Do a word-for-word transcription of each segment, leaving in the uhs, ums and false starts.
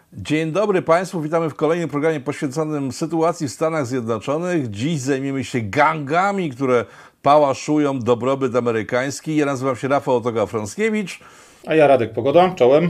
Dzień dobry Państwu, witamy w kolejnym programie poświęconym sytuacji w Stanach Zjednoczonych. Dziś zajmiemy się gangami, które pałaszują dobrobyt amerykański. Ja nazywam się Rafał Otoga-Frąckiewicz. A ja Radek Pogoda, czołem.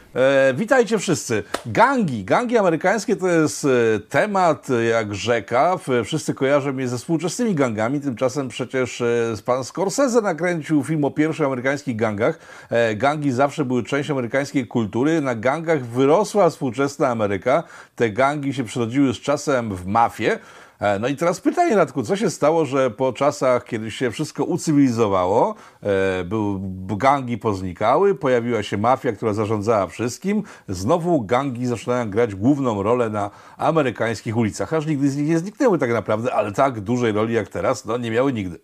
E, witajcie wszyscy. Gangi. Gangi amerykańskie to jest e, temat jak rzeka. Wszyscy kojarzą je ze współczesnymi gangami. Tymczasem przecież e, pan Scorsese nakręcił film o pierwszych amerykańskich gangach. E, gangi zawsze były częścią amerykańskiej kultury. Na gangach wyrosła współczesna Ameryka. Te gangi się przerodziły z czasem w mafię. No i teraz pytanie, Radku, co się stało, że po czasach, kiedy się wszystko ucywilizowało, e, był, gangi poznikały, pojawiła się mafia, która zarządzała wszystkim, znowu gangi zaczynają grać główną rolę na amerykańskich ulicach, aż nigdy z nich nie zniknęły tak naprawdę, ale tak dużej roli jak teraz, no nie miały nigdy.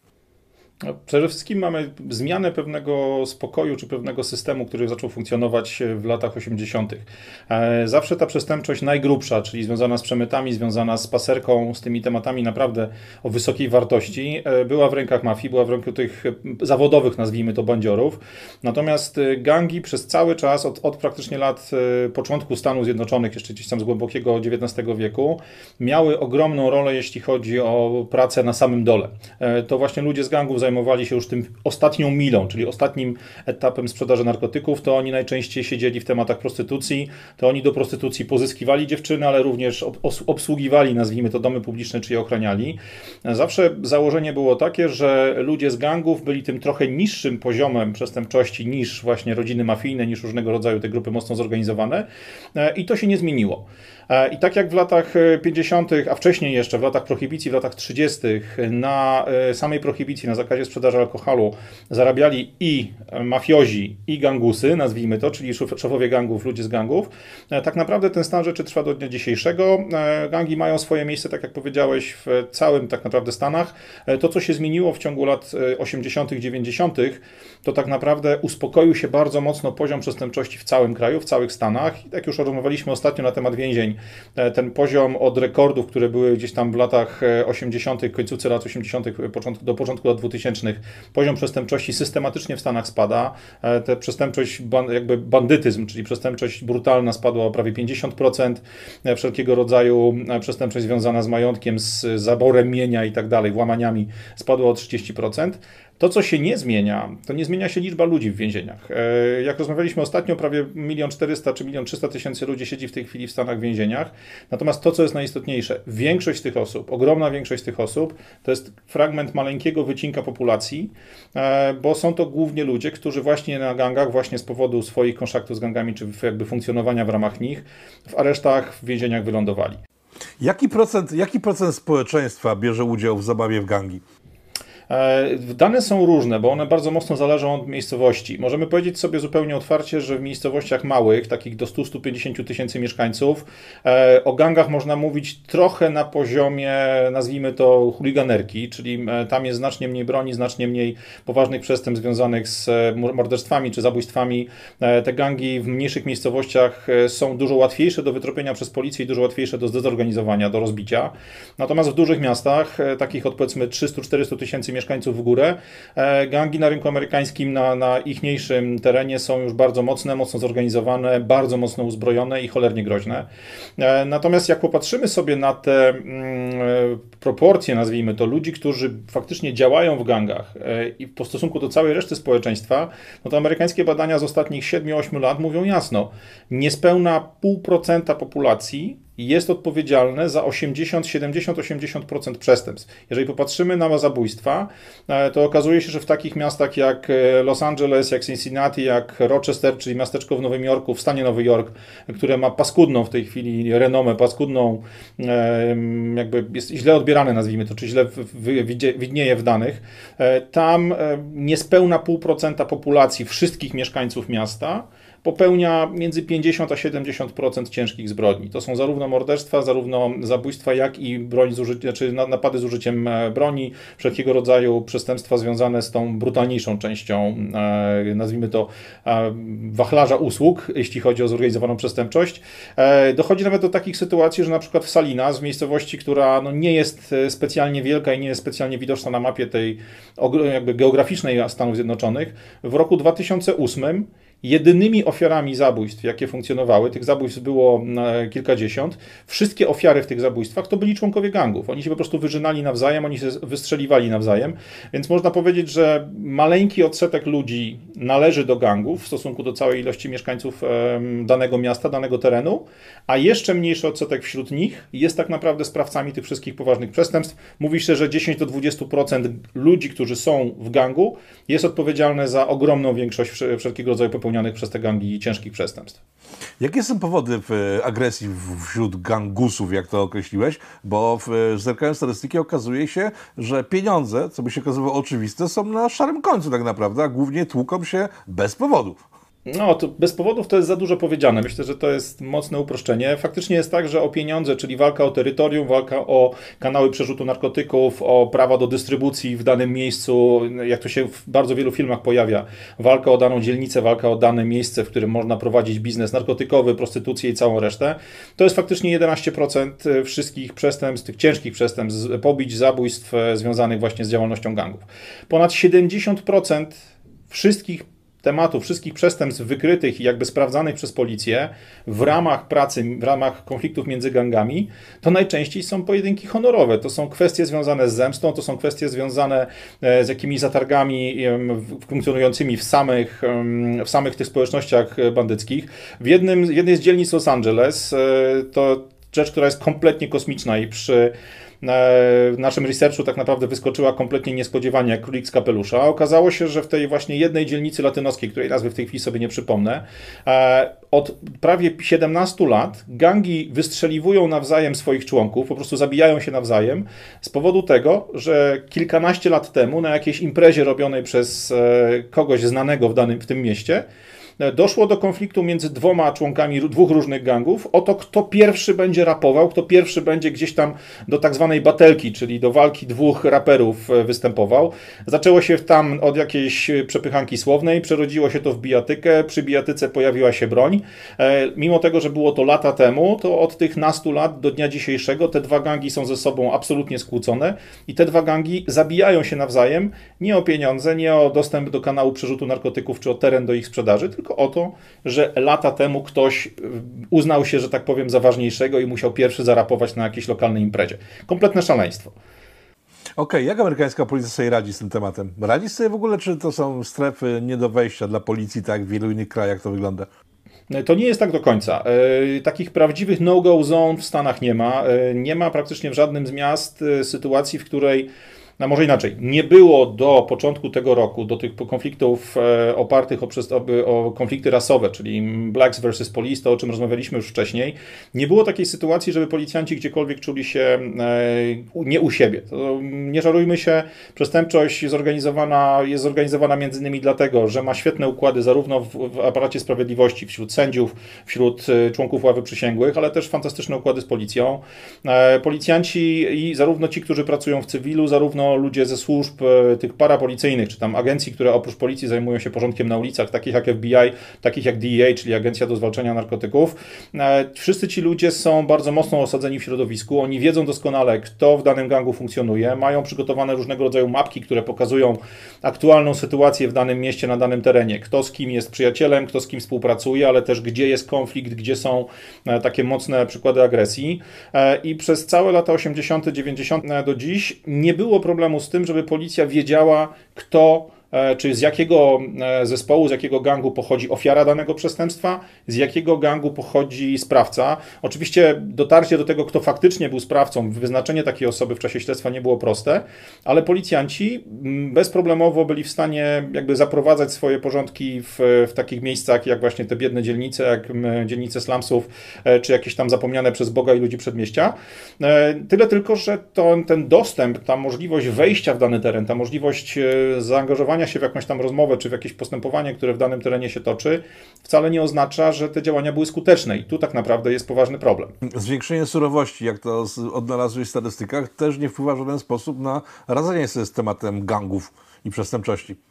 Przede wszystkim mamy zmianę pewnego spokoju czy pewnego systemu, który zaczął funkcjonować w latach osiemdziesiątych. Zawsze ta przestępczość najgrubsza, czyli związana z przemytami, związana z paserką, z tymi tematami naprawdę o wysokiej wartości, była w rękach mafii, była w ręku tych zawodowych, nazwijmy to, bandziorów. Natomiast gangi przez cały czas, od, od praktycznie lat początku Stanów Zjednoczonych, jeszcze gdzieś tam z głębokiego dziewiętnastego wieku, miały ogromną rolę, jeśli chodzi o pracę na samym dole. To właśnie ludzie z gangów zajmowali się już tym ostatnią milą, czyli ostatnim etapem sprzedaży narkotyków, to oni najczęściej siedzieli w tematach prostytucji, to oni do prostytucji pozyskiwali dziewczyny, ale również obsługiwali, nazwijmy to, domy publiczne, czy je ochraniali. Zawsze założenie było takie, że ludzie z gangów byli tym trochę niższym poziomem przestępczości niż właśnie rodziny mafijne, niż różnego rodzaju te grupy mocno zorganizowane i to się nie zmieniło. I tak jak w latach pięćdziesiątych, a wcześniej jeszcze w latach prohibicji, w latach trzydziestych na samej prohibicji, na zakazie sprzedaży alkoholu zarabiali i mafiozi, i gangusy, nazwijmy to, czyli szefowie gangów, ludzie z gangów, tak naprawdę ten stan rzeczy trwa do dnia dzisiejszego. Gangi mają swoje miejsce, tak jak powiedziałeś, w całym tak naprawdę Stanach. To, co się zmieniło w ciągu lat osiemdziesiątych, dziewięćdziesiątych, to tak naprawdę uspokoił się bardzo mocno poziom przestępczości w całym kraju, w całych Stanach. I tak już rozmawialiśmy ostatnio na temat więzień. Ten poziom od rekordów, które były gdzieś tam w latach osiemdziesiątych, końcówce lat osiemdziesiątych do początku lat dwutysięcznych, poziom przestępczości systematycznie w Stanach spada. Te przestępczość, jakby bandytyzm, czyli przestępczość brutalna spadła o prawie pięćdziesiąt procent. Wszelkiego rodzaju przestępczość związana z majątkiem, z zaborem mienia i tak dalej, włamaniami spadła o trzydzieści procent. To, co się nie zmienia, to nie zmienia się liczba ludzi w więzieniach. Jak rozmawialiśmy ostatnio, prawie milion czterysta czy milion trzysta tysięcy ludzi siedzi w tej chwili w Stanach w więzieniach. Natomiast to, co jest najistotniejsze, większość z tych osób, ogromna większość z tych osób, to jest fragment maleńkiego wycinka populacji, bo są to głównie ludzie, którzy właśnie na gangach, właśnie z powodu swoich kontaktów z gangami, czy jakby funkcjonowania w ramach nich, w aresztach, w więzieniach wylądowali. Jaki procent, jaki procent społeczeństwa bierze udział w zabawie w gangi? Dane są różne, bo one bardzo mocno zależą od miejscowości. Możemy powiedzieć sobie zupełnie otwarcie, że w miejscowościach małych, takich do stu do stu pięćdziesięciu tysięcy mieszkańców, o gangach można mówić trochę na poziomie, nazwijmy to, chuliganerki, czyli tam jest znacznie mniej broni, znacznie mniej poważnych przestępstw związanych z morderstwami czy zabójstwami. Te gangi w mniejszych miejscowościach są dużo łatwiejsze do wytropienia przez policję i dużo łatwiejsze do zdezorganizowania, do rozbicia. Natomiast w dużych miastach, takich od powiedzmy trzystu do czterystu tysięcy mieszkańców w górę, gangi na rynku amerykańskim, na, na ichniejszym terenie są już bardzo mocne, mocno zorganizowane, bardzo mocno uzbrojone i cholernie groźne. Natomiast jak popatrzymy sobie na te mm, proporcje, nazwijmy to, ludzi, którzy faktycznie działają w gangach i w stosunku do całej reszty społeczeństwa, no to amerykańskie badania z ostatnich siedmiu ośmiu lat mówią jasno, niespełna pół procenta populacji jest odpowiedzialne za osiemdziesiąt, siedemdziesiąt, osiemdziesiąt procent przestępstw. Jeżeli popatrzymy na zabójstwa, to okazuje się, że w takich miastach jak Los Angeles, jak Cincinnati, jak Rochester, czyli miasteczko w Nowym Jorku, w stanie Nowy Jork, które ma paskudną w tej chwili renomę, paskudną, jakby jest źle odbierane, nazwijmy to, czy źle widnieje w danych, tam niespełna pół procenta populacji wszystkich mieszkańców miasta popełnia między pięćdziesiąt a siedemdziesiąt procent ciężkich zbrodni. To są zarówno morderstwa, zarówno zabójstwa, jak i broń z użyciem, znaczy napady z użyciem broni, wszelkiego rodzaju przestępstwa związane z tą brutalniejszą częścią, nazwijmy to, wachlarza usług, jeśli chodzi o zorganizowaną przestępczość. Dochodzi nawet do takich sytuacji, że na przykład w Salinas, w miejscowości, która no nie jest specjalnie wielka i nie jest specjalnie widoczna na mapie tej jakby geograficznej Stanów Zjednoczonych, w roku dwa tysiące ósmym jedynymi ofiarami zabójstw, jakie funkcjonowały, tych zabójstw było kilkadziesiąt, wszystkie ofiary w tych zabójstwach to byli członkowie gangów. Oni się po prostu wyżynali nawzajem, oni się wystrzeliwali nawzajem, więc można powiedzieć, że maleńki odsetek ludzi należy do gangów w stosunku do całej ilości mieszkańców danego miasta, danego terenu, a jeszcze mniejszy odsetek wśród nich jest tak naprawdę sprawcami tych wszystkich poważnych przestępstw. Mówi się, że dziesięć do dwudziestu procent ludzi, którzy są w gangu, jest odpowiedzialne za ogromną większość wszelkiego rodzaju popełnianych przez te gangi ciężkich przestępstw. Jakie są powody agresji wśród gangusów, jak to określiłeś? Bo zerkając statystyki okazuje się, że pieniądze, co by się okazywało oczywiste, są na szarym końcu tak naprawdę, a głównie tłuką się bez powodu. No, to bez powodów to jest za dużo powiedziane. Myślę, że to jest mocne uproszczenie. Faktycznie jest tak, że o pieniądze, czyli walka o terytorium, walka o kanały przerzutu narkotyków, o prawa do dystrybucji w danym miejscu, jak to się w bardzo wielu filmach pojawia, walka o daną dzielnicę, walka o dane miejsce, w którym można prowadzić biznes narkotykowy, prostytucję i całą resztę, to jest faktycznie jedenaście procent wszystkich przestępstw, tych ciężkich przestępstw, pobić, zabójstw związanych właśnie z działalnością gangów. Ponad siedemdziesiąt procent wszystkich tematów, wszystkich przestępstw wykrytych i jakby sprawdzanych przez policję w ramach pracy, w ramach konfliktów między gangami, to najczęściej są pojedynki honorowe. To są kwestie związane z zemstą, to są kwestie związane z jakimiś zatargami funkcjonującymi w samych, w samych tych społecznościach bandyckich. W jednym, w jednej z dzielnic Los Angeles to rzecz, która jest kompletnie kosmiczna i przy w naszym researchu tak naprawdę wyskoczyła kompletnie niespodziewanie jak królik z kapelusza. Okazało się, że w tej właśnie jednej dzielnicy latynoskiej, której nazwy w tej chwili sobie nie przypomnę, od prawie siedemnastu lat gangi wystrzeliwują nawzajem swoich członków, po prostu zabijają się nawzajem z powodu tego, że kilkanaście lat temu na jakiejś imprezie robionej przez kogoś znanego w danym w tym mieście doszło do konfliktu między dwoma członkami dwóch różnych gangów o to, kto pierwszy będzie rapował, kto pierwszy będzie gdzieś tam do tak zwanej batelki, czyli do walki dwóch raperów występował. Zaczęło się tam od jakiejś przepychanki słownej, przerodziło się to w bijatykę, przy bijatyce pojawiła się broń. Mimo tego, że było to lata temu, to od tych nastu lat do dnia dzisiejszego te dwa gangi są ze sobą absolutnie skłócone i te dwa gangi zabijają się nawzajem nie o pieniądze, nie o dostęp do kanału przerzutu narkotyków czy o teren do ich sprzedaży, tylko o to, że lata temu ktoś uznał się, że tak powiem, za ważniejszego i musiał pierwszy zarapować na jakiejś lokalnej imprezie. Kompletne szaleństwo. Okej, okay, jak amerykańska policja sobie radzi z tym tematem? Radzi sobie w ogóle, czy to są strefy nie do wejścia dla policji, tak jak w wielu innych krajach to wygląda? To nie jest tak do końca. Takich prawdziwych no-go zone w Stanach nie ma. Nie ma praktycznie w żadnym z miast sytuacji, w której no może inaczej, nie było do początku tego roku, do tych konfliktów e, opartych o, o, o konflikty rasowe, czyli Blacks versus Police, to o czym rozmawialiśmy już wcześniej, nie było takiej sytuacji, żeby policjanci gdziekolwiek czuli się e, nie u siebie. To, nie żarujmy się, przestępczość zorganizowana, jest zorganizowana między innymi dlatego, że ma świetne układy zarówno w, w aparacie sprawiedliwości, wśród sędziów, wśród e, członków ławy przysięgłych, ale też fantastyczne układy z policją. E, policjanci i zarówno ci, którzy pracują w cywilu, zarówno ludzie ze służb tych parapolicyjnych, czy tam agencji, które oprócz policji zajmują się porządkiem na ulicach, takich jak F B I, takich jak D E A, czyli Agencja do Zwalczania Narkotyków. Wszyscy ci ludzie są bardzo mocno osadzeni w środowisku, oni wiedzą doskonale, kto w danym gangu funkcjonuje, mają przygotowane różnego rodzaju mapki, które pokazują aktualną sytuację w danym mieście, na danym terenie, kto z kim jest przyjacielem, kto z kim współpracuje, ale też gdzie jest konflikt, gdzie są takie mocne przykłady agresji. I przez całe lata osiemdziesiąte, dziewięćdziesiąte do dziś nie było problemu problemu z tym, żeby policja wiedziała, kto, czy z jakiego zespołu, z jakiego gangu pochodzi ofiara danego przestępstwa, z jakiego gangu pochodzi sprawca. Oczywiście dotarcie do tego, kto faktycznie był sprawcą, wyznaczenie takiej osoby w czasie śledztwa nie było proste, ale policjanci bezproblemowo byli w stanie jakby zaprowadzać swoje porządki w, w takich miejscach, jak właśnie te biedne dzielnice, jak dzielnice slumsów, czy jakieś tam zapomniane przez Boga i ludzi przedmieścia. Tyle tylko, że to, ten dostęp, ta możliwość wejścia w dany teren, ta możliwość zaangażowania się w jakąś tam rozmowę, czy w jakieś postępowanie, które w danym terenie się toczy, wcale nie oznacza, że te działania były skuteczne i tu tak naprawdę jest poważny problem. Zwiększenie surowości, jak to odnalazłeś w statystykach, też nie wpływa w żaden sposób na radzenie sobie z tematem gangów i przestępczości.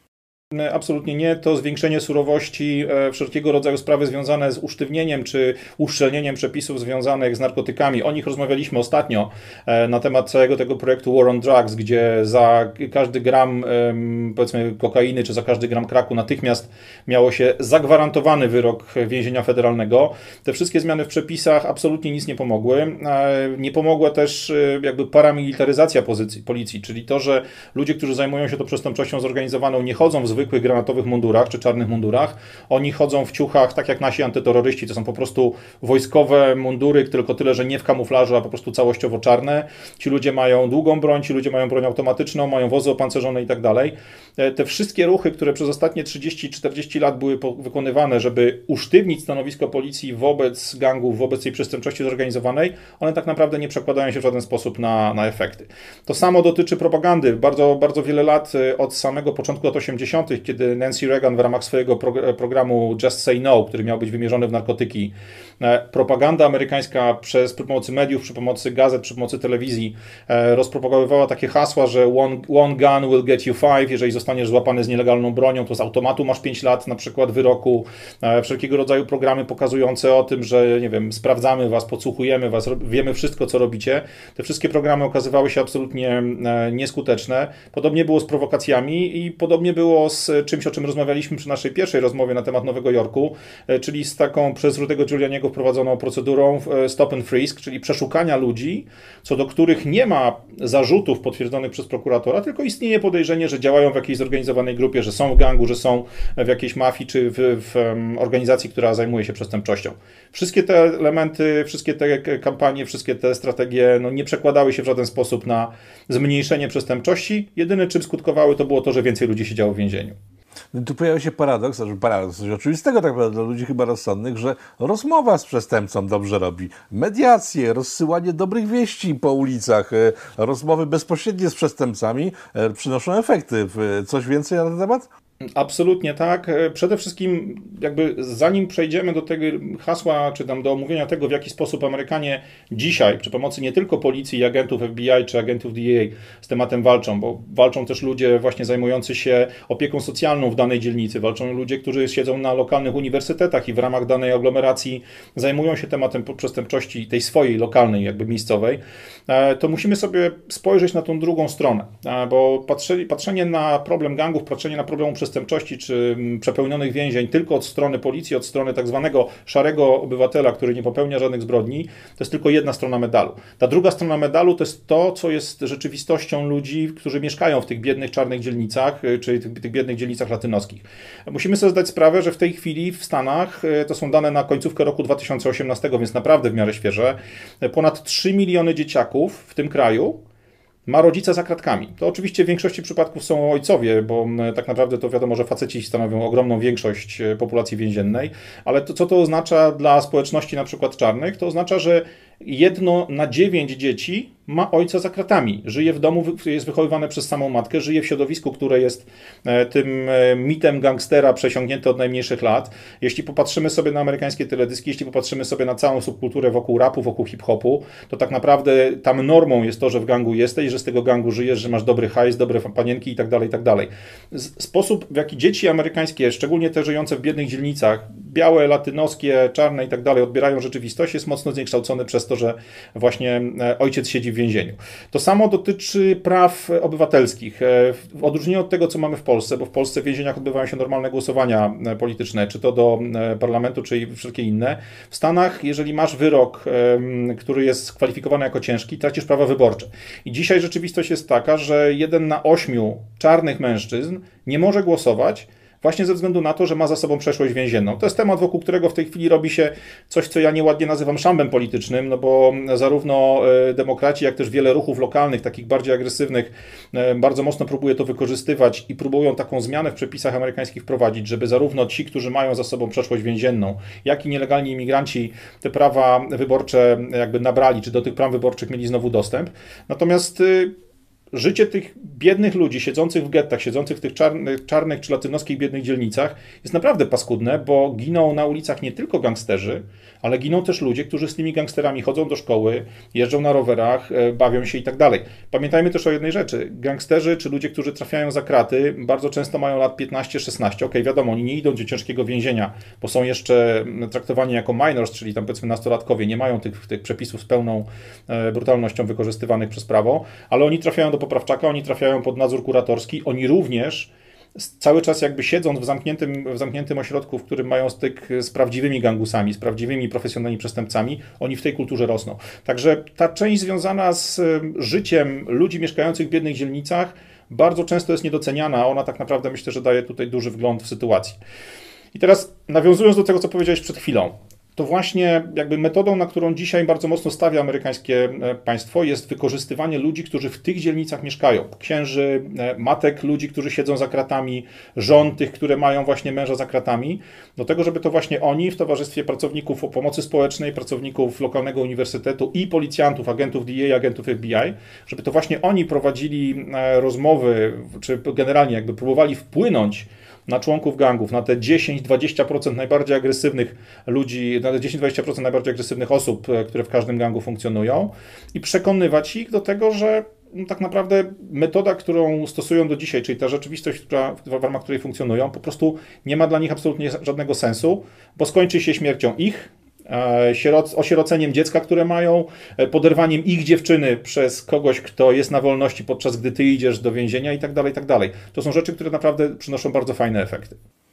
Absolutnie nie. To zwiększenie surowości, wszelkiego rodzaju sprawy związane z usztywnieniem czy uszczelnieniem przepisów związanych z narkotykami. O nich rozmawialiśmy ostatnio na temat całego tego projektu War on Drugs, gdzie za każdy gram, powiedzmy, kokainy czy za każdy gram kraku natychmiast miało się zagwarantowany wyrok więzienia federalnego. Te wszystkie zmiany w przepisach absolutnie nic nie pomogły. Nie pomogła też jakby paramilitaryzacja pozycji, policji, czyli to, że ludzie, którzy zajmują się tą przestępczością zorganizowaną, nie chodzą w zwykłych granatowych mundurach czy czarnych mundurach. Oni chodzą w ciuchach, tak jak nasi antyterroryści. To są po prostu wojskowe mundury, tylko tyle, że nie w kamuflażu, a po prostu całościowo czarne. Ci ludzie mają długą broń, ci ludzie mają broń automatyczną, mają wozy opancerzone i tak dalej. Te wszystkie ruchy, które przez ostatnie trzydzieści czterdzieści lat były wykonywane, żeby usztywnić stanowisko policji wobec gangów, wobec tej przestępczości zorganizowanej, one tak naprawdę nie przekładają się w żaden sposób na, na efekty. To samo dotyczy propagandy. Bardzo, bardzo wiele lat, od samego początku lat osiemdziesiątych, kiedy Nancy Reagan w ramach swojego programu Just Say No, który miał być wymierzony w narkotyki, propaganda amerykańska przez, przy pomocy mediów, przy pomocy gazet, przy pomocy telewizji rozpropagowywała takie hasła, że one, one gun will get you five, jeżeli zostaniesz złapany z nielegalną bronią, to z automatu masz pięć lat na przykład wyroku. Wszelkiego rodzaju programy pokazujące o tym, że nie wiem, sprawdzamy was, podsłuchujemy was, wiemy wszystko, co robicie. Te wszystkie programy okazywały się absolutnie nieskuteczne. Podobnie było z prowokacjami i podobnie było z czymś, o czym rozmawialiśmy przy naszej pierwszej rozmowie na temat Nowego Jorku, czyli z taką przez Rudego Giulianiego wprowadzoną procedurą stop and frisk, czyli przeszukania ludzi, co do których nie ma zarzutów potwierdzonych przez prokuratora, tylko istnieje podejrzenie, że działają w jakiejś zorganizowanej grupie, że są w gangu, że są w jakiejś mafii czy w, w organizacji, która zajmuje się przestępczością. Wszystkie te elementy, wszystkie te kampanie, wszystkie te strategie no, nie przekładały się w żaden sposób na zmniejszenie przestępczości. Jedyne, czym skutkowały, to było to, że więcej ludzi siedziało w więzieniu. Tu pojawia się paradoks, znaczy paradoks coś oczywistego tak naprawdę dla ludzi chyba rozsądnych, że rozmowa z przestępcą dobrze robi. Mediacje, rozsyłanie dobrych wieści po ulicach, rozmowy bezpośrednie z przestępcami przynoszą efekty. Coś więcej na ten temat? Absolutnie tak. Przede wszystkim jakby zanim przejdziemy do tego hasła, czy tam do omówienia tego, w jaki sposób Amerykanie dzisiaj przy pomocy nie tylko policji i agentów F B I czy agentów D E A z tematem walczą, bo walczą też ludzie właśnie zajmujący się opieką socjalną w danej dzielnicy, walczą ludzie, którzy siedzą na lokalnych uniwersytetach i w ramach danej aglomeracji zajmują się tematem przestępczości tej swojej lokalnej, jakby miejscowej, to musimy sobie spojrzeć na tą drugą stronę, bo patrzenie na problem gangów, patrzenie na problem przestępczości przestępczości czy przepełnionych więzień tylko od strony policji, od strony tak zwanego szarego obywatela, który nie popełnia żadnych zbrodni, to jest tylko jedna strona medalu. Ta druga strona medalu to jest to, co jest rzeczywistością ludzi, którzy mieszkają w tych biednych czarnych dzielnicach, czy tych, tych biednych dzielnicach latynoskich. Musimy sobie zdać sprawę, że w tej chwili w Stanach, to są dane na końcówkę roku dwa tysiące osiemnastego, więc naprawdę w miarę świeże, ponad trzy miliony dzieciaków w tym kraju ma rodzica za kratkami. To oczywiście w większości przypadków są ojcowie, bo tak naprawdę to wiadomo, że faceci stanowią ogromną większość populacji więziennej, ale to, co to oznacza dla społeczności na przykład czarnych? To oznacza, że jedno na dziewięć dzieci ma ojca za kratami. Żyje w domu, jest wychowywane przez samą matkę, żyje w środowisku, które jest tym mitem gangstera przesiągnięte od najmniejszych lat. Jeśli popatrzymy sobie na amerykańskie teledyski, jeśli popatrzymy sobie na całą subkulturę wokół rapu, wokół hip-hopu, to tak naprawdę tam normą jest to, że w gangu jesteś, że z tego gangu żyjesz, że masz dobry hajs, dobre panienki i tak dalej, i tak dalej. Sposób, w jaki dzieci amerykańskie, szczególnie te żyjące w biednych dzielnicach, białe, latynoskie, czarne i tak dalej, odbierają rzeczywistość, jest mocno zniekształcony przez to, że właśnie ojciec siedzi w więzieniu. To samo dotyczy praw obywatelskich. W odróżnieniu od tego, co mamy w Polsce, bo w Polsce w więzieniach odbywają się normalne głosowania polityczne, czy to do parlamentu, czy wszelkie inne. W Stanach, jeżeli masz wyrok, który jest kwalifikowany jako ciężki, tracisz prawa wyborcze. I dzisiaj rzeczywistość jest taka, że jeden na ośmiu czarnych mężczyzn nie może głosować, właśnie ze względu na to, że ma za sobą przeszłość więzienną. To jest temat, wokół którego w tej chwili robi się coś, co ja nieładnie nazywam szambem politycznym, no bo zarówno demokraci, jak też wiele ruchów lokalnych, takich bardziej agresywnych, bardzo mocno próbuje to wykorzystywać i próbują taką zmianę w przepisach amerykańskich wprowadzić, żeby zarówno ci, którzy mają za sobą przeszłość więzienną, jak i nielegalni imigranci te prawa wyborcze jakby nabrali, czy do tych praw wyborczych mieli znowu dostęp. Natomiast życie tych biednych ludzi siedzących w gettach, siedzących w tych czarnych, czarnych czy latynoskich biednych dzielnicach jest naprawdę paskudne, bo giną na ulicach nie tylko gangsterzy, ale giną też ludzie, którzy z tymi gangsterami chodzą do szkoły, jeżdżą na rowerach, bawią się i tak dalej. Pamiętajmy też o jednej rzeczy. Gangsterzy czy ludzie, którzy trafiają za kraty, bardzo często mają lat piętnaście szesnaście. Okej, wiadomo, oni nie idą do ciężkiego więzienia, bo są jeszcze traktowani jako minors, czyli tam powiedzmy nastolatkowie, nie mają tych, tych przepisów z pełną brutalnością wykorzystywanych przez prawo, ale oni trafiają do poprawczaka, oni trafiają pod nadzór kuratorski, oni również cały czas jakby siedząc w zamkniętym, w zamkniętym ośrodku, w którym mają styk z prawdziwymi gangusami, z prawdziwymi profesjonalnymi przestępcami, oni w tej kulturze rosną. Także ta część związana z życiem ludzi mieszkających w biednych dzielnicach bardzo często jest niedoceniana, a ona tak naprawdę myślę, że daje tutaj duży wgląd w sytuację. I teraz nawiązując do tego, co powiedziałeś przed chwilą, to właśnie jakby metodą, na którą dzisiaj bardzo mocno stawia amerykańskie państwo, jest wykorzystywanie ludzi, którzy w tych dzielnicach mieszkają. Księży, matek ludzi, którzy siedzą za kratami, żon tych, które mają właśnie męża za kratami, do tego, żeby to właśnie oni w towarzystwie pracowników pomocy społecznej, pracowników lokalnego uniwersytetu i policjantów, agentów D E A, agentów F B I, żeby to właśnie oni prowadzili rozmowy, czy generalnie jakby próbowali wpłynąć na członków gangów, na te dziesięć do dwudziestu procent najbardziej agresywnych ludzi, na te dziesięć do dwudziestu procent najbardziej agresywnych osób, które w każdym gangu funkcjonują i przekonywać ich do tego, że no, tak naprawdę metoda, którą stosują do dzisiaj, czyli ta rzeczywistość, która, w ramach której funkcjonują, po prostu nie ma dla nich absolutnie żadnego sensu, bo skończy się śmiercią ich, osieroceniem dziecka, które mają, poderwaniem ich dziewczyny przez kogoś, kto jest na wolności, podczas gdy ty idziesz do więzienia i tak dalej, i tak dalej. To są rzeczy, które naprawdę przynoszą bardzo fajne efekty.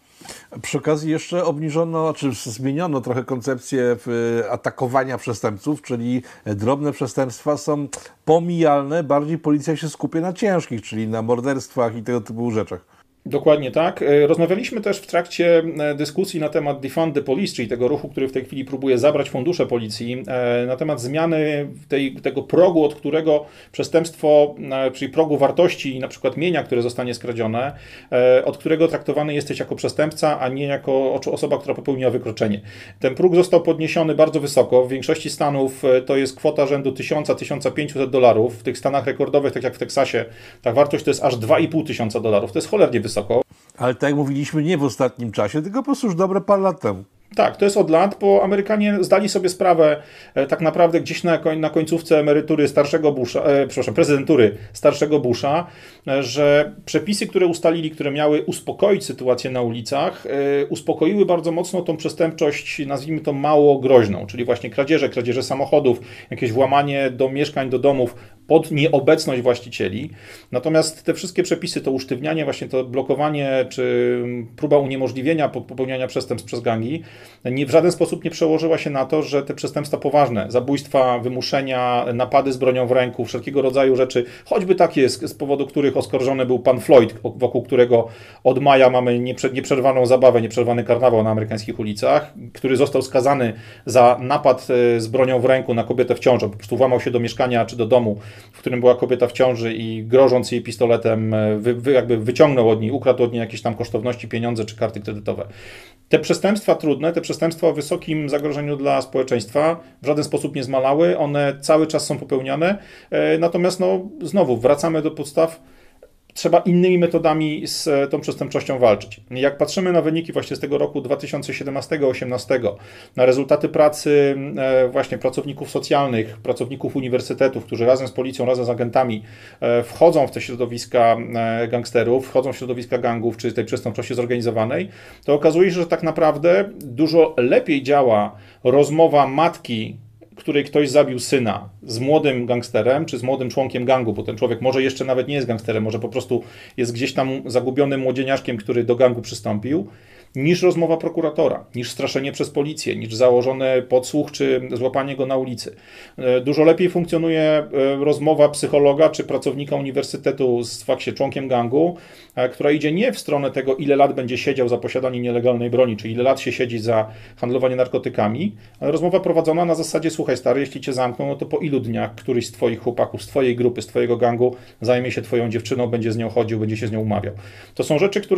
Przy okazji jeszcze obniżono, czy zmieniono trochę koncepcję atakowania przestępców, czyli drobne przestępstwa są pomijalne, bardziej policja się skupia na ciężkich, czyli na morderstwach i tego typu rzeczach. Dokładnie tak. Rozmawialiśmy też w trakcie dyskusji na temat Defund the Police, czyli tego ruchu, który w tej chwili próbuje zabrać fundusze policji, na temat zmiany tej, tego progu, od którego przestępstwo, czyli progu wartości, na przykład mienia, które zostanie skradzione, od którego traktowany jesteś jako przestępca, a nie jako osoba, która popełniła wykroczenie. Ten próg został podniesiony bardzo wysoko. W większości stanów to jest kwota rzędu tysiąc do tysiąca pięciuset dolarów. W tych stanach rekordowych, tak jak w Teksasie, ta wartość to jest aż dwa i pół tysiąca dolarów. To jest cholernie wysoko. Ale tak jak mówiliśmy, nie w ostatnim czasie, tylko po prostu już dobre parę lat temu. Tak, to jest od lat, bo Amerykanie zdali sobie sprawę e, tak naprawdę gdzieś na, koń, na końcówce emerytury starszego Busha, e, przepraszam, prezydentury starszego Busha, e, że przepisy, które ustalili, które miały uspokoić sytuację na ulicach, e, uspokoiły bardzo mocno tą przestępczość, nazwijmy to mało groźną, czyli właśnie kradzieże, kradzieże samochodów, jakieś włamanie do mieszkań, do domów pod nieobecność właścicieli. Natomiast te wszystkie przepisy, to usztywnianie, właśnie to blokowanie, czy próba uniemożliwienia popełniania przestępstw przez gangi, nie, w żaden sposób nie przełożyła się na to, że te przestępstwa poważne, zabójstwa, wymuszenia, napady z bronią w ręku, wszelkiego rodzaju rzeczy, choćby takie, z, z powodu których oskarżony był pan Floyd, wokół którego od maja mamy nieprze, nieprzerwaną zabawę, nieprzerwany karnawał na amerykańskich ulicach, który został skazany za napad z bronią w ręku na kobietę w ciąży. Po prostu włamał się do mieszkania czy do domu, w którym była kobieta w ciąży i grożąc jej pistoletem, wy, wy, jakby wyciągnął od niej, ukradł od niej jakieś tam kosztowności, pieniądze czy karty kredytowe. Te przestępstwa trudne, te przestępstwa o wysokim zagrożeniu dla społeczeństwa w żaden sposób nie zmalały, one cały czas są popełniane, natomiast no, znowu wracamy do podstaw, trzeba innymi metodami z tą przestępczością walczyć. Jak patrzymy na wyniki właśnie z tego roku dwa tysiące siedemnastego do dwa tysiące osiemnastego, na rezultaty pracy właśnie pracowników socjalnych, pracowników uniwersytetów, którzy razem z policją, razem z agentami wchodzą w te środowiska gangsterów, wchodzą w środowiska gangów czy tej przestępczości zorganizowanej, to okazuje się, że tak naprawdę dużo lepiej działa rozmowa matki, której ktoś zabił syna z młodym gangsterem, czy z młodym członkiem gangu, bo ten człowiek może jeszcze nawet nie jest gangsterem, może po prostu jest gdzieś tam zagubionym młodzieniaszkiem, który do gangu przystąpił, niż rozmowa prokuratora, niż straszenie przez policję, niż założony podsłuch, czy złapanie go na ulicy. Dużo lepiej funkcjonuje rozmowa psychologa, czy pracownika uniwersytetu z fakcie członkiem gangu, która idzie nie w stronę tego, ile lat będzie siedział za posiadanie nielegalnej broni, czy ile lat się siedzi za handlowanie narkotykami, ale rozmowa prowadzona na zasadzie, słuchaj stary, jeśli cię zamkną, no to po ilu dniach któryś z twoich chłopaków, z twojej grupy, z twojego gangu zajmie się twoją dziewczyną, będzie z nią chodził, będzie się z nią umawiał. To są rzeczy, które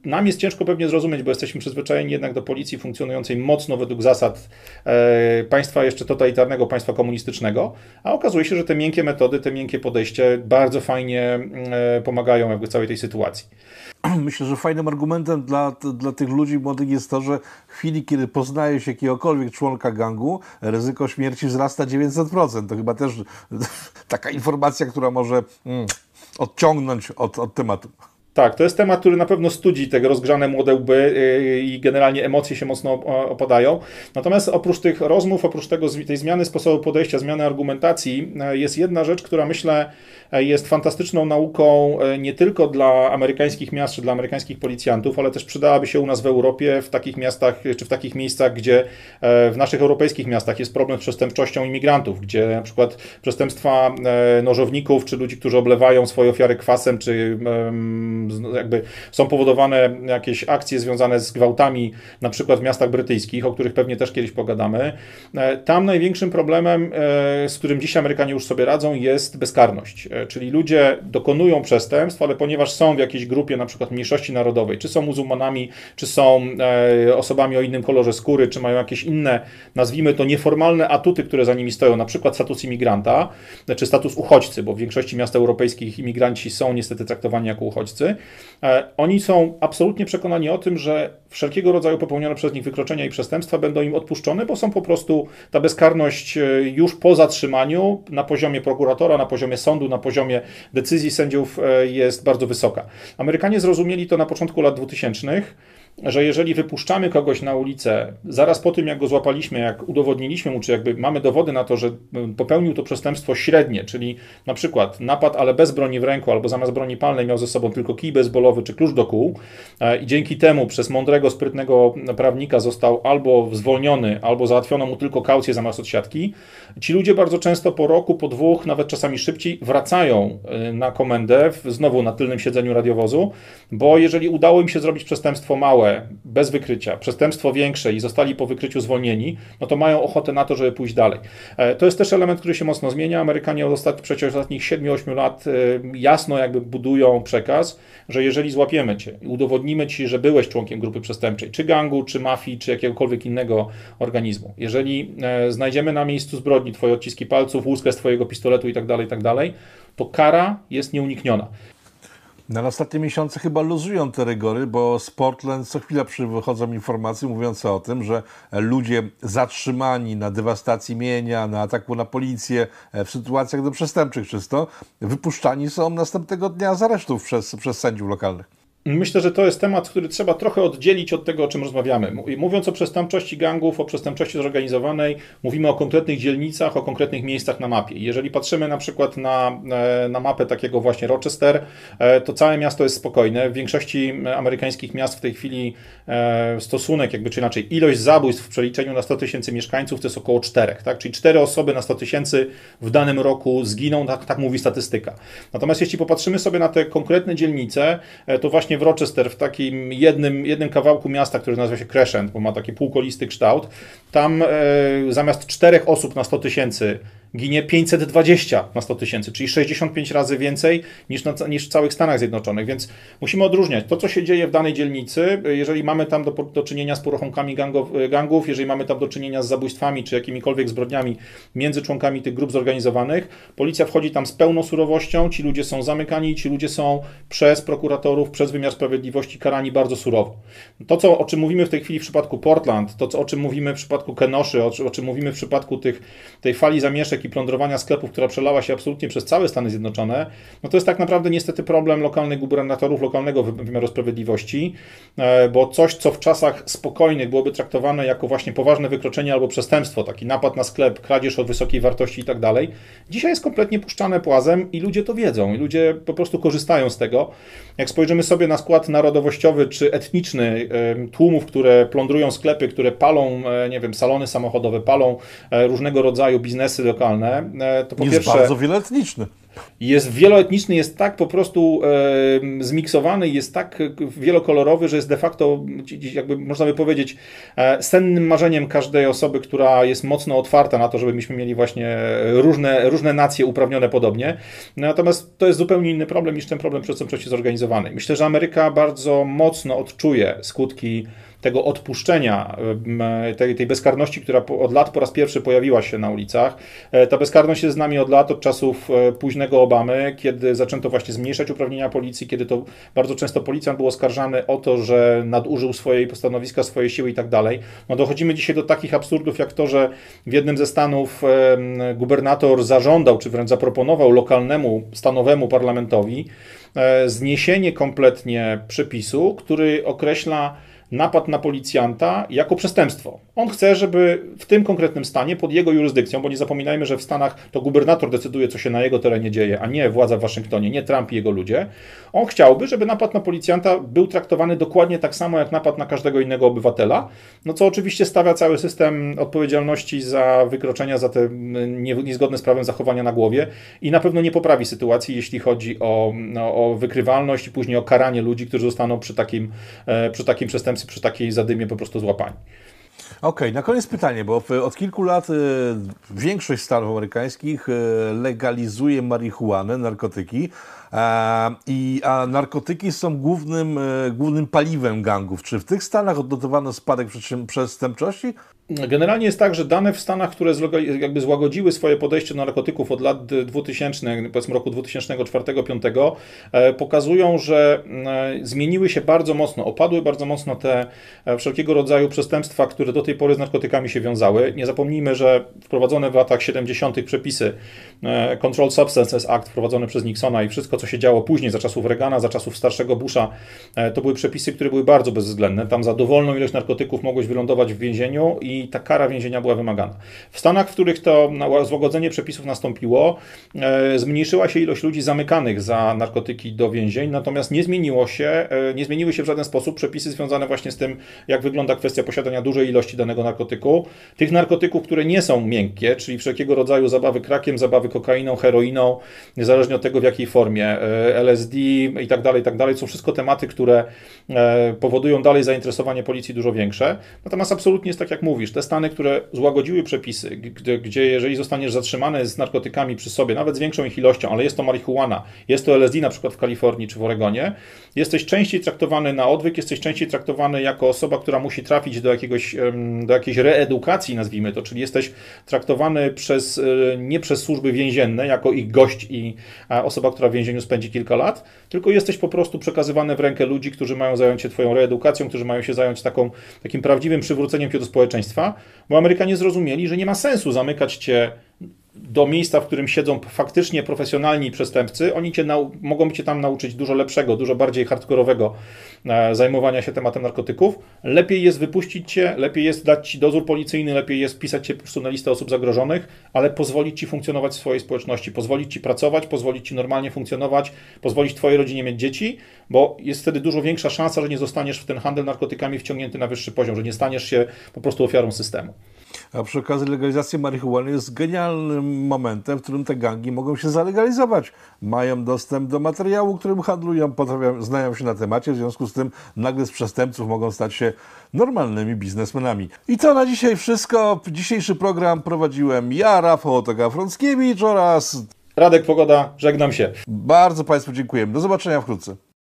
nam jest ciężko pewnie zrozumieć, bo jesteśmy przyzwyczajeni jednak do policji funkcjonującej mocno według zasad e, państwa jeszcze totalitarnego, państwa komunistycznego, a okazuje się, że te miękkie metody, te miękkie podejście bardzo fajnie e, pomagają jakby w całej tej sytuacji. Myślę, że fajnym argumentem dla, dla tych ludzi młodych jest to, że w chwili, kiedy poznaje się jakiegokolwiek członka gangu, ryzyko śmierci wzrasta dziewięćset procent. To chyba też taka informacja, która może mm, odciągnąć od, od tematu. Tak, to jest temat, który na pewno studzi te rozgrzane młode łby i generalnie emocje się mocno opadają. Natomiast oprócz tych rozmów, oprócz tego, tej zmiany sposobu podejścia, zmiany argumentacji, jest jedna rzecz, która myślę jest fantastyczną nauką nie tylko dla amerykańskich miast czy dla amerykańskich policjantów, ale też przydałaby się u nas w Europie, w takich miastach czy w takich miejscach, gdzie w naszych europejskich miastach jest problem z przestępczością imigrantów, gdzie na przykład przestępstwa nożowników czy ludzi, którzy oblewają swoje ofiary kwasem, czy jakby są powodowane jakieś akcje związane z gwałtami, na przykład w miastach brytyjskich, o których pewnie też kiedyś pogadamy. Tam największym problemem, z którym dzisiaj Amerykanie już sobie radzą, jest bezkarność. Czyli ludzie dokonują przestępstw, ale ponieważ są w jakiejś grupie, na przykład mniejszości narodowej, czy są muzułmanami, czy są osobami o innym kolorze skóry, czy mają jakieś inne, nazwijmy to nieformalne atuty, które za nimi stoją, na przykład status imigranta, czy status uchodźcy, bo w większości miast europejskich imigranci są niestety traktowani jako uchodźcy. Oni są absolutnie przekonani o tym, że wszelkiego rodzaju popełnione przez nich wykroczenia i przestępstwa będą im odpuszczone, bo są po prostu ta bezkarność już po zatrzymaniu na poziomie prokuratora, na poziomie sądu, na poziomie decyzji sędziów jest bardzo wysoka. Amerykanie zrozumieli to na początku lat dwutysięcznych, że jeżeli wypuszczamy kogoś na ulicę, zaraz po tym jak go złapaliśmy, jak udowodniliśmy mu, czy jakby mamy dowody na to, że popełnił to przestępstwo średnie, czyli na przykład napad, ale bez broni w ręku, albo zamiast broni palnej miał ze sobą tylko kij baseballowy czy klucz do kół i dzięki temu przez mądrego, sprytnego prawnika został albo zwolniony, albo załatwiono mu tylko kaucję zamiast odsiadki, ci ludzie bardzo często po roku, po dwóch, nawet czasami szybciej wracają na komendę, znowu na tylnym siedzeniu radiowozu, bo jeżeli udało im się zrobić przestępstwo małe, bez wykrycia, przestępstwo większe i zostali po wykryciu zwolnieni, no to mają ochotę na to, żeby pójść dalej. To jest też element, który się mocno zmienia. Amerykanie od ostatnich, przecież ostatnich siedmiu ośmiu lat jasno jakby budują przekaz, że jeżeli złapiemy cię i udowodnimy ci, że byłeś członkiem grupy przestępczej, czy gangu, czy mafii, czy jakiegokolwiek innego organizmu, jeżeli znajdziemy na miejscu zbrodni twoje odciski palców, łuskę z twojego pistoletu i tak dalej, i tak dalej, to kara jest nieunikniona. Na ostatnie miesiące chyba luzują te rygory, bo z Portland co chwila wychodzą informacje mówiące o tym, że ludzie zatrzymani na dewastacji mienia, na ataku na policję, w sytuacjach do przestępczych czysto, wypuszczani są następnego dnia z aresztów przez, przez sędziów lokalnych. Myślę, że to jest temat, który trzeba trochę oddzielić od tego, o czym rozmawiamy. Mówiąc o przestępczości gangów, o przestępczości zorganizowanej, mówimy o konkretnych dzielnicach, o konkretnych miejscach na mapie. Jeżeli patrzymy na przykład na, na mapę takiego właśnie Rochester, to całe miasto jest spokojne. W większości amerykańskich miast w tej chwili stosunek, jakby czy inaczej, ilość zabójstw w przeliczeniu na sto tysięcy mieszkańców to jest około czterech, tak? Czyli cztery osoby na sto tysięcy w danym roku zginą, tak, tak mówi statystyka. Natomiast jeśli popatrzymy sobie na te konkretne dzielnice, to właśnie w Rochester, w takim jednym, jednym kawałku miasta, który nazywa się Crescent, bo ma taki półkolisty kształt, tam e, zamiast czterech osób na sto tysięcy ginie pięćset dwadzieścia na sto tysięcy, czyli sześćdziesiąt pięć razy więcej niż, na, niż w całych Stanach Zjednoczonych, więc musimy odróżniać to, co się dzieje w danej dzielnicy, jeżeli mamy tam do, do czynienia z porachunkami gangów, gangów, jeżeli mamy tam do czynienia z zabójstwami czy jakimikolwiek zbrodniami między członkami tych grup zorganizowanych, policja wchodzi tam z pełną surowością, ci ludzie są zamykani, ci ludzie są przez prokuratorów, przez wymiar sprawiedliwości karani bardzo surowo. To, co, o czym mówimy w tej chwili w przypadku Portland, to, co, o czym mówimy w przypadku Kenoszy, o, o czym mówimy w przypadku tych, tej fali zamieszek i plądrowania sklepów, która przelała się absolutnie przez całe Stany Zjednoczone, no to jest tak naprawdę niestety problem lokalnych gubernatorów, lokalnego wymiaru sprawiedliwości, bo coś, co w czasach spokojnych byłoby traktowane jako właśnie poważne wykroczenie albo przestępstwo, taki napad na sklep, kradzież o wysokiej wartości i tak dalej, dzisiaj jest kompletnie puszczane płazem i ludzie to wiedzą i ludzie po prostu korzystają z tego. Jak spojrzymy sobie na skład narodowościowy czy etniczny tłumów, które plądrują sklepy, które palą, nie wiem, salony samochodowe, palą różnego rodzaju biznesy lokalne, fenomenalne. To po jest pierwsze, bardzo wieloetniczny. Jest wieloetniczny, jest tak po prostu e, zmiksowany, jest tak wielokolorowy, że jest de facto, jakby można by powiedzieć, e, sennym marzeniem każdej osoby, która jest mocno otwarta na to, żeby myśmy mieli właśnie różne, różne nacje uprawnione podobnie. Natomiast to jest zupełnie inny problem niż ten problem przestępczości zorganizowanej. Myślę, że Ameryka bardzo mocno odczuje skutki tego odpuszczenia, tej, tej bezkarności, która od lat po raz pierwszy pojawiła się na ulicach. Ta bezkarność jest z nami od lat, od czasów późnego Obamy, kiedy zaczęto właśnie zmniejszać uprawnienia policji, kiedy to bardzo często policjant był oskarżany o to, że nadużył swojej stanowiska, swojej siły i tak dalej. No dochodzimy dzisiaj do takich absurdów, jak to, że w jednym ze stanów gubernator zażądał, czy wręcz zaproponował lokalnemu, stanowemu parlamentowi zniesienie kompletnie przepisu, który określa napad na policjanta jako przestępstwo. On chce, żeby w tym konkretnym stanie, pod jego jurysdykcją, bo nie zapominajmy, że w Stanach to gubernator decyduje, co się na jego terenie dzieje, a nie władza w Waszyngtonie, nie Trump i jego ludzie. On chciałby, żeby napad na policjanta był traktowany dokładnie tak samo, jak napad na każdego innego obywatela, no co oczywiście stawia cały system odpowiedzialności za wykroczenia, za te niezgodne z prawem zachowania na głowie i na pewno nie poprawi sytuacji, jeśli chodzi o, no, o wykrywalność i później o karanie ludzi, którzy zostaną przy takim, przy takim przestępstwie, przy takiej zadymie po prostu złapani. Okej, okay, na koniec pytanie, bo od kilku lat y, większość stanów amerykańskich y, legalizuje marihuanę, narkotyki, a, i, a narkotyki są głównym, y, głównym paliwem gangów. Czy w tych stanach odnotowano spadek przestępczości? Generalnie jest tak, że dane w Stanach, które jakby złagodziły swoje podejście do narkotyków od lat dwutysięcznych, powiedzmy roku dwa tysiące czwartego do dwa tysiące piątego, pokazują, że zmieniły się bardzo mocno, opadły bardzo mocno te wszelkiego rodzaju przestępstwa, które do tej pory z narkotykami się wiązały. Nie zapomnijmy, że wprowadzone w latach siedemdziesiątych przepisy Controlled Substances Act wprowadzone przez Nixona i wszystko, co się działo później, za czasów Reagana, za czasów starszego Busha, to były przepisy, które były bardzo bezwzględne. Tam za dowolną ilość narkotyków mogłeś wylądować w więzieniu i i ta kara więzienia była wymagana. W Stanach, w których to złagodzenie przepisów nastąpiło, e, zmniejszyła się ilość ludzi zamykanych za narkotyki do więzień, natomiast nie zmieniło się, e, nie zmieniły się w żaden sposób przepisy związane właśnie z tym, jak wygląda kwestia posiadania dużej ilości danego narkotyku. Tych narkotyków, które nie są miękkie, czyli wszelkiego rodzaju zabawy krakiem, zabawy kokainą, heroiną, niezależnie od tego, w jakiej formie, e, L S D i tak dalej, i tak dalej, są wszystko tematy, które e, powodują dalej zainteresowanie policji dużo większe. Natomiast absolutnie jest tak, jak mówisz, te stany, które złagodziły przepisy, gdzie, gdzie jeżeli zostaniesz zatrzymany z narkotykami przy sobie, nawet z większą ich ilością, ale jest to marihuana, jest to L S D na przykład w Kalifornii czy w Oregonie, jesteś częściej traktowany na odwyk, jesteś częściej traktowany jako osoba, która musi trafić do, jakiegoś, do jakiejś reedukacji, nazwijmy to, czyli jesteś traktowany przez, nie przez służby więzienne, jako ich gość i osoba, która w więzieniu spędzi kilka lat, tylko jesteś po prostu przekazywany w rękę ludzi, którzy mają zająć się twoją reedukacją, którzy mają się zająć taką, takim prawdziwym przywróceniem cię do społeczeństwa, bo Amerykanie zrozumieli, że nie ma sensu zamykać cię do miejsca, w którym siedzą faktycznie profesjonalni przestępcy. Oni cię nau- mogą cię tam nauczyć dużo lepszego, dużo bardziej hardkorowego e, zajmowania się tematem narkotyków. Lepiej jest wypuścić cię, lepiej jest dać ci dozór policyjny, lepiej jest wpisać cię po prostu na listę osób zagrożonych, ale pozwolić ci funkcjonować w swojej społeczności, pozwolić ci pracować, pozwolić ci normalnie funkcjonować, pozwolić twojej rodzinie mieć dzieci, bo jest wtedy dużo większa szansa, że nie zostaniesz w ten handel narkotykami wciągnięty na wyższy poziom, że nie staniesz się po prostu ofiarą systemu. A przy okazji legalizacja marihuany jest genialnym momentem, w którym te gangi mogą się zalegalizować. Mają dostęp do materiału, którym handlują, potrafią, znają się na temacie, w związku z tym nagle z przestępców mogą stać się normalnymi biznesmenami. I to na dzisiaj wszystko. Dzisiejszy program prowadziłem ja, Rafał Otoga-Frąckiewicz oraz Radek Pogoda, żegnam się. Bardzo Państwu dziękuję. Do zobaczenia wkrótce.